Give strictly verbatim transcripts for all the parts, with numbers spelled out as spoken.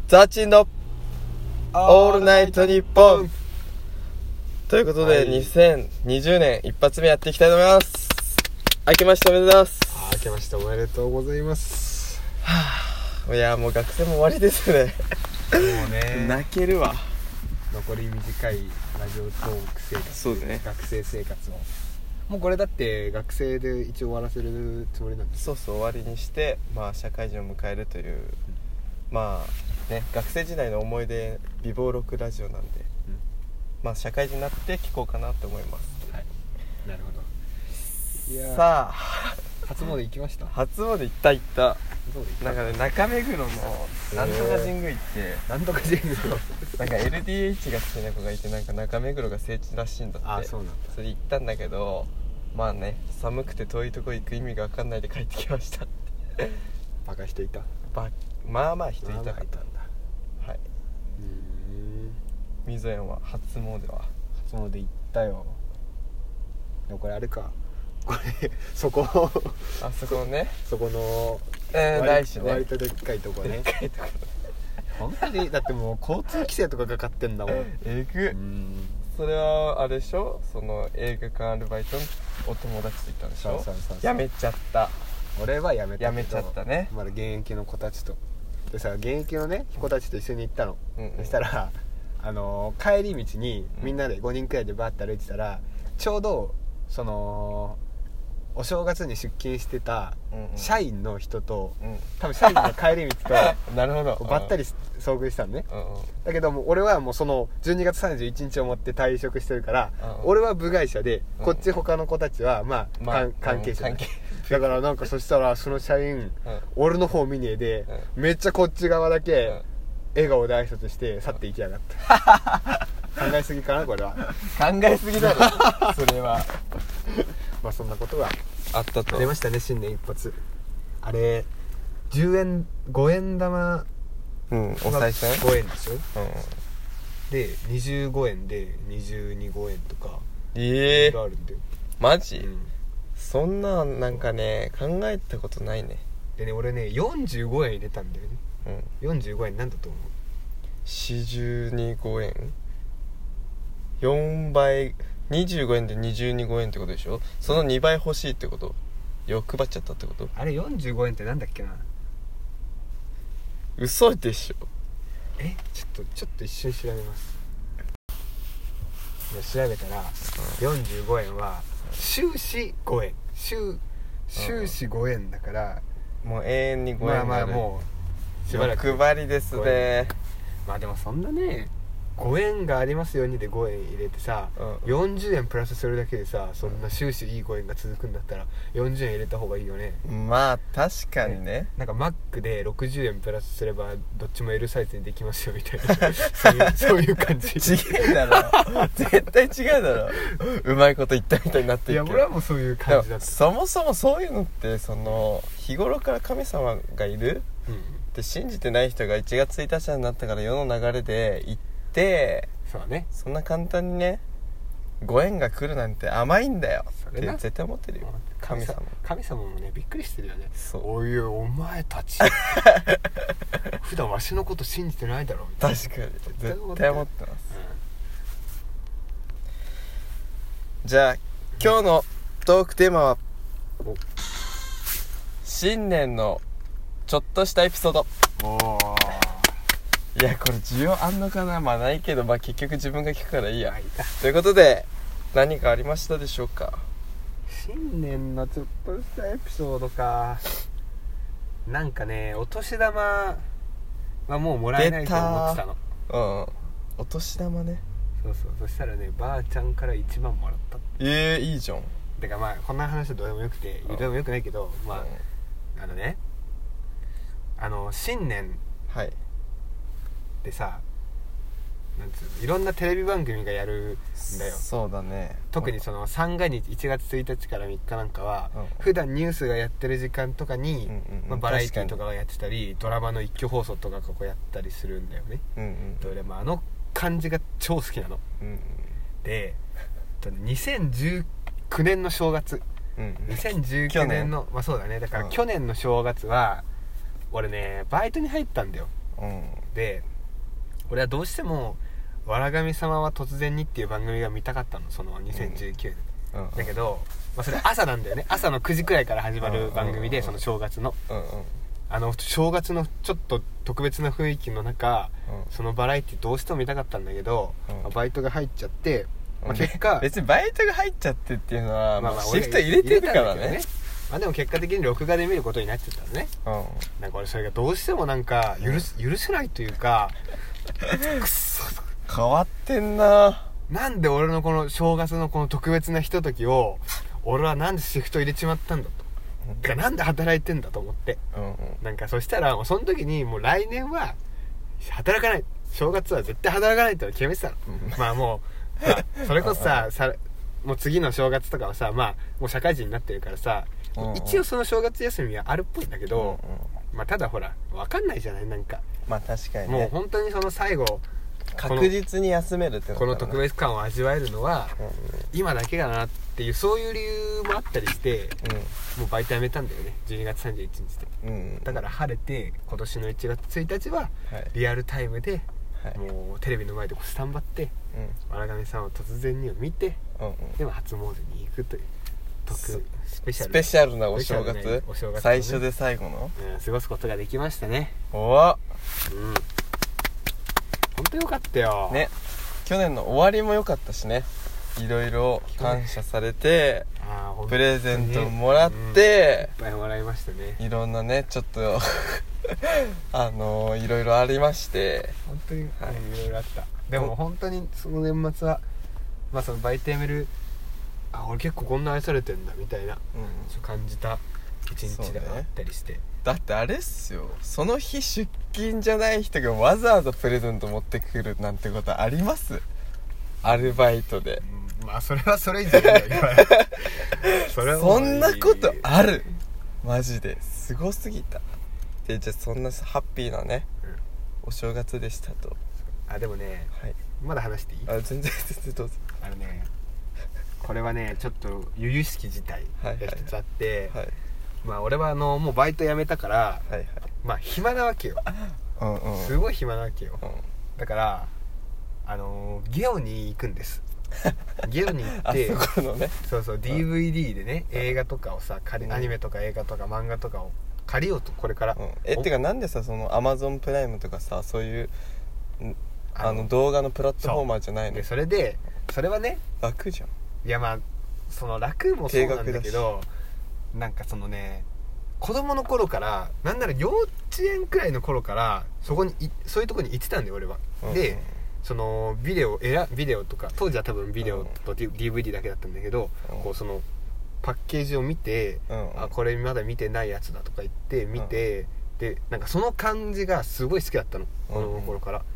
ザーチンのオールナイトニッポンということで、はい、にせんにじゅうねん一発目やっていきたいと思います。明けましておめでとうございます。 あ、明けましておめでとうございます。 はぁ、いやもう学生も終わりですね。 もうね泣けるわ。 残り短いラジオトーク生活、 そうだね、 学生生活をもうこれだって学生で一応終わらせるつもりなんです。 そうそう、終わりにして、まあ、社会人を迎えるという、うん、まあね、学生時代の思い出美貌録ラジオなんで、うん、まあ社会人になって聞こうかなと思います。 はい、なるほど。いやさあ初詣行きました。 初詣行った行った。なんかね、中目黒のなんとか神宮行って、 えー、なんとか神宮なんか エルディーエイチ が好きな子がいて、なんか中目黒が聖地らしいんだって。 あ、そうなんだ。 それ行ったんだけど、まあね、寒くて遠いとこ行く意味が分かんないで帰ってきました。 バカ人いた。 バまあまあ人いたかった。 まあまあいたんだ。 はい。 うーん。 水園は初詣は初詣行ったよ。でもこれあれか。これそこあそこね、 そこのえー、ないしね、 割とでっかいとこね。 でっかいとこ本当にだってもう交通規制とかかかってんだもん。 えぐ。うん、それはあれでしょ、その映画館アルバイトのお友達と行ったんでしょ。 そうそうそうそう、 やめちゃった。 俺はやめたけど、 やめちゃったね。 まだ現役の子たちとでさ、現役のね子たちと一緒に行ったの、うんうん、そしたらあのー、帰り道にみんなでごにんくらいでバーッて歩いてたら、うん、ちょうどそのお正月に出勤してた社員の人と、うんうん、多分社員の帰り道となるほど、 ばったり遭遇したのね、 うんうん、 だけども俺はもうそのじゅうにがつさんじゅういちにちをもって退職してるから、うんうん、俺は部外者で、うん、こっち他の子たちはまあ、まあ、関係者、うん、だからなんかそしたらその社員、うん、俺の方見ねえで、うん、めっちゃこっち側だけ、うん、笑顔で挨拶して去っていきやがった、うん、考えすぎかなこれは。 考えすぎだろそれは。 まあそんなことがあったと。 ありましたね、新年一発。あれじゅうえんごえん玉、 うん、お賽銭ごえんでしょ、うん、でにじゅうごえんでにじゅうにごえんとかええー、 あるんだよ。 マジ、 うん、 そんななんかね考えたことないね。 でね、俺ねよんじゅうごえん入れたんだよね、うん、よんじゅうごえんなんだと思う。 よんじゅうにごえん、よんばい、にじゅうごえんでにじゅうにごえんってことでしょ。そのにばい欲しいってこと、よく配っちゃったってこと。 あれよんじゅうごえんってなんだっけな。 嘘でしょ。 え、ちょっとちょっと一瞬調べます。調べたら、うん、よんじゅうごえんは収支ごえん、収収支ごえんだから、 うん、もう永遠にごえんがある。まあまあもうしばらく欲張りですね。 まあでもそんなねごえんがありますようにでごえん入れてさ、うん、よんじゅうえんプラスするだけでさ、そんな収支いいごえんが続くんだったらよんじゅうえん入れた方がいいよね。 まあ確かにね、 ね、なんかマックでろくじゅうえんプラスすればどっちも L サイズにできますよみたいなそういう、そういう感じ。 違えだろ絶対違うだろうまいこと言ったみたいになってるけど。 いや俺はもうそういう感じだった。 そもそもそういうのってその日頃から神様がいる、うん、って信じてない人がいちがつついたちになったから世の流れで行って、 そうね、 そんな簡単にねご縁が来るなんて甘いんだよって絶対思ってるよ神様。 神様もねびっくりしてるよね。そういうお前たち普段わしのこと信じてないだろみたいな。 確かに絶対思ってます、うん、じゃあ今日のトークテーマは、うん、新年のちょっとしたエピソード。おー、いやこれ需要あんのかな。まあないけど、まあ結局自分が聞くからいいや。ということで何かありましたでしょうか。 新年のちょっとしたエピソードか。なんかね、お年玉はもうもらえないと思ってたの。 うん、お年玉ね。 そうそう、そしたらねばあちゃんからいちまんもらった。 えー、いいじゃん。 だからまあこんな話はどうでもよくて、どうでもよくないけど、まあ、うん、あのね、あの新年でさ、なんつうの、いろんなテレビ番組がやるんだよ。 そうだね。 特にその三が日いちがつついたちからみっかなんかは、うん、普段ニュースがやってる時間とかに、うんうんうん、まあ、バラエティとかがやってたりドラマの一挙放送とかがこうやったりするんだよね、うんうん、で俺、まあ、あの感じが超好きなの、うんうん、でにせんじゅうきゅうねんの正月、うんうん、にせんじゅうきゅうねんのまあそうだね、だから去年の正月は、うん、俺ねバイトに入ったんだよ。 うん、で俺はどうしてもわらがみ様は突然にっていう番組が見たかったの、そのにせんじゅうきゅうねん、うんうん、だけど、まあ、それ朝なんだよね朝のくじくらいから始まる番組で、その正月の、うんうん、あの正月のちょっと特別な雰囲気の中、うん、そのバラエティどうしても見たかったんだけど、うんまあ、バイトが入っちゃって、まあ、結果別にバイトが入っちゃってっていうのは、まあまあ、シフト入れてるからね。 まあでも結果的に録画で見ることになっちゃったのね、うん、なんか俺それがどうしてもなんか許す、許せないというかくそ変わってんな。 なんで俺のこの正月のこの特別なひとときを俺はなんでシフト入れちまったんだと、うん、なんで働いてんだと思って、うんうん、なんかそしたらもうその時にもう来年は働かない、正月は絶対働かないって決めてたの、うん、まあもう、まあ、それこそささもう次の正月とかはさまあもう社会人になってるからさ、うんうん、一応その正月休みはあるっぽいんだけど、うんうん、まあただほら分かんないじゃない、なんかまあ確かにね、 もう本当にその最後確実に休めるってこの特別感を味わえるのは、うんうん、今だけだなっていうそういう理由もあったりして、うん、もうバイト辞めたんだよねじゅうにがつさんじゅういちにちで、うんうん、だから晴れて今年のいちがつついたちはリアルタイムで、はい、もうテレビの前でこうスタンバって、うん、わらがみさんを突然にを見て、うんうん、でも初詣に行くという特スペシャルスペシャルなお正月、ね、お正月、ね、最初で最後の、 うん、過ごすことができましたね。 おわ、 うん本当よかったよね。去年の終わりも良かったしね、いろいろ感謝されてプレゼントもらって、 うん、いっぱいもらいましたね。 いろんなねちょっとあのいろいろありまして、 本当に、はい、いろいろあった。でも本当にその年末はまあそのバイト辞める、あ俺結構こんな愛されてんだみたいな、うん、そう感じた一日でもあったりして、ね、 だってあれっすよ、その日出勤じゃない人がわざわざプレゼント持ってくるなんてことあります？アルバイトで、 うん、まあそれはそれ以上だよそれはそんなことある？マジですごすぎた。でじゃあそんなハッピーなね、うん、お正月でしたと。 あでもね、はい、まだ話していい？ あ全然全然どうぞ。 あのねこれはねちょっと由々しき事態が一つあって、はいはいはい、まあ俺はあのもうバイト辞めたから、はいはい、まあ暇なわけよ、うんうん、すごい暇なわけよ、うん、だからあのー、ゲオに行くんですゲオに行ってあそこのねそうそう ディーブイディー でね、うん、映画とかをさ借り、アニメとか映画とか漫画とかを借りようとこれから、うん、 えってかなんでさその Amazon プライムとかさそういうあの動画のプラットフォーマーじゃないの？ でそれでそれはね楽じゃん。 いやまあその楽もそうなんだけどなんかそのね子供の頃からなんなら幼稚園くらいの頃からそこにそういうとこに行ってたんだよ俺は、うん、でそのビデオ選ビデオとか当時は多分ビデオと ディーブイディー だけだったんだけど、うん、こうそのパッケージを見て、うん、あこれまだ見てないやつだとか言って見て、うん、でなんかその感じがすごい好きだったの子供の頃から、うん、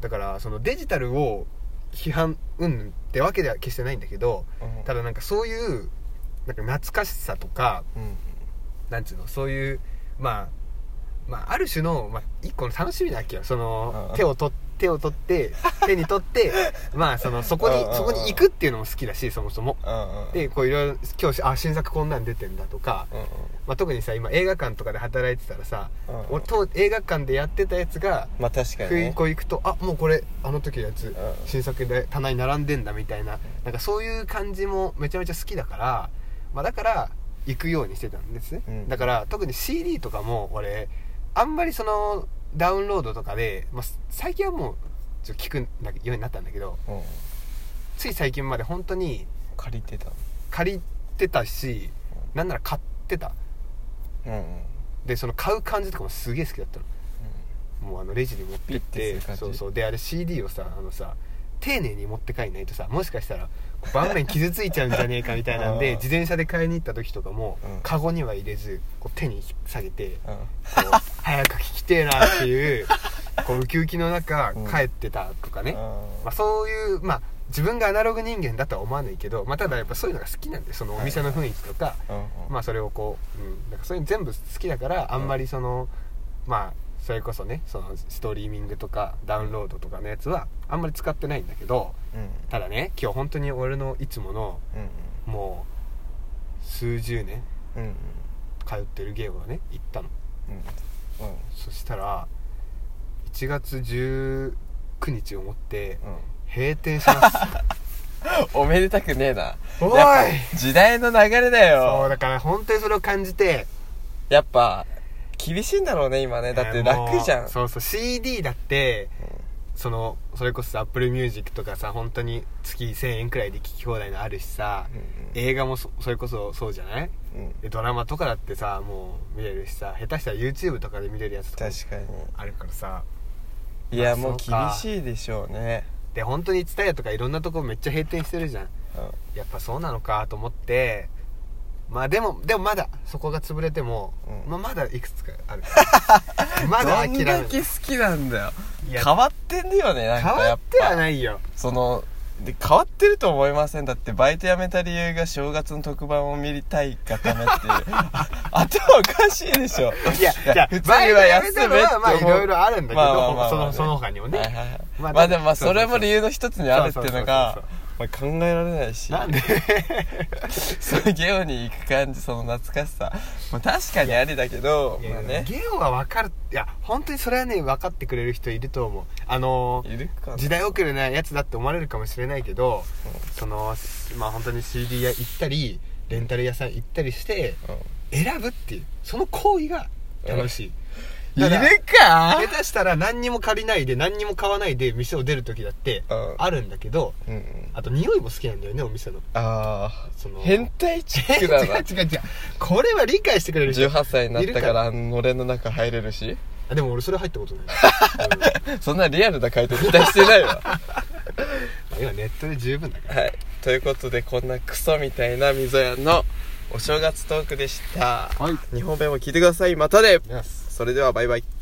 だからそのデジタルを批判うんってわけでは決してないんだけど、うん、ただなんかそういうなんか懐かしさとか、うん、なんつうのそういうまあまあある種の、まあ、一個の楽しみなわけよその、うん、手を取って手を取って手に取ってまあそのそこにそこに行くっていうのも好きだしそもそもでこういろいろ今日あ新作こんなん出てんだとか、まあ、特にさ今映画館とかで働いてたらさ映画館でやってたやつがまあ確かにねこう行くとあもうこれあの時のやつ新作で棚に並んでんだみたいななんかそういう感じもめちゃめちゃ好きだから、まあ、だから行くようにしてたんですね、うん、だから特に シーディー とかも俺あんまりそのダウンロードとかで、まあ、最近はもうちょっと聞くようになったんだけど、うん、つい最近まで本当に借りてた借りてたし、うん、なんなら買ってた、うんうん、でその買う感じとかもすげえ好きだったの、うん、もうあのレジに持ってってそうそうであれ シーディー をさあのさ丁寧に持って帰んないとさもしかしたら盤面傷ついちゃうんじゃねえかみたいなんで自転車で買いに行った時とかも、うん、カゴには入れずこう手に下げて、うん、こう早く聞きてえなっていうこうウキウキの中帰ってたとかね、うんまあ、そういうまあ自分がアナログ人間だとは思わないけど、まあ、ただやっぱそういうのが好きなんでそのお店の雰囲気とか、はい、まあそれをこう、うん、なんかそういうの全部好きだからあんまりそのまあそれこそねそのストリーミングとかダウンロードとかのやつはあんまり使ってないんだけど、うん、ただね今日本当に俺のいつもの、うん、もう数十年、うん、通ってるゲームをね行ったの、うんうん、そしたらちがつじゅうくにちをもって閉店します、 うん、おめでたくねえな。 おいやっぱ時代の流れだよ。 そうだから本当にそれを感じて、 やっぱ厳しいんだろうね今ね。だって楽じゃん、 えー、そうそう シーディー だって、うん、そのそれこそ Apple Music とかさ本当に月せんえんくらいで聴き放題のあるしさ、うんうん、映画も そ, それこそそうじゃない、うん、でドラマとかだってさもう見れるしさ、下手したら YouTube とかで見れるやつとかあるからさ。 いや、まあ、もう厳しいでしょうね。 で本当にTSUTAYAとかいろんなとこめっちゃ閉店してるじゃん、うん、やっぱそうなのかと思って、まあでもでもまだそこが潰れても、うん、まあ、まだいくつかあるまだ諦めない。 どんだけ好きなんだよ。変わってんだよね。なんかやっぱ変わってはないよ。 そので変わってると思いません？だってバイト辞めた理由が正月の特番を見たいがためっていう頭おかしいでしょ。 いやいや普通には休めって思う。まあいろいろあるんだけど、まあまあまあまあね、そのその他にもね、はいはいはい、まあ、まあでもまあそれも理由の一つにあるっていうのがまあ、考えられないし、 なんでそのゲオに行く感じ、その懐かしさ、まあ、確かにありだけど、まあね、 ゲオは分かる。いや本当にそれはね分かってくれる人いると思う。あのー、いるかな。時代遅れなやつだって思われるかもしれないけど、うん、そのまあ本当に シーディー 屋行ったりレンタル屋さん行ったりして、うん、選ぶっていうその行為が楽しい、うんいるか。 下手したら何にも借りないで何にも買わないで店を出る時だってあるんだけど、うんうん、あと匂いも好きなんだよねお店の。 ああその変態チックだな。 違う違う違う、これは理解してくれる人じゅうはっさいになったからのれんの中入れるし。 あでも俺それ入ったことない、 うん、そんなリアルな回答期待してないわ今ネットで十分だから。 はい、ということでこんなクソみたいな溝屋のお正月トークでした、はい、にほんめも聞いてください。またね。それではバイバイ。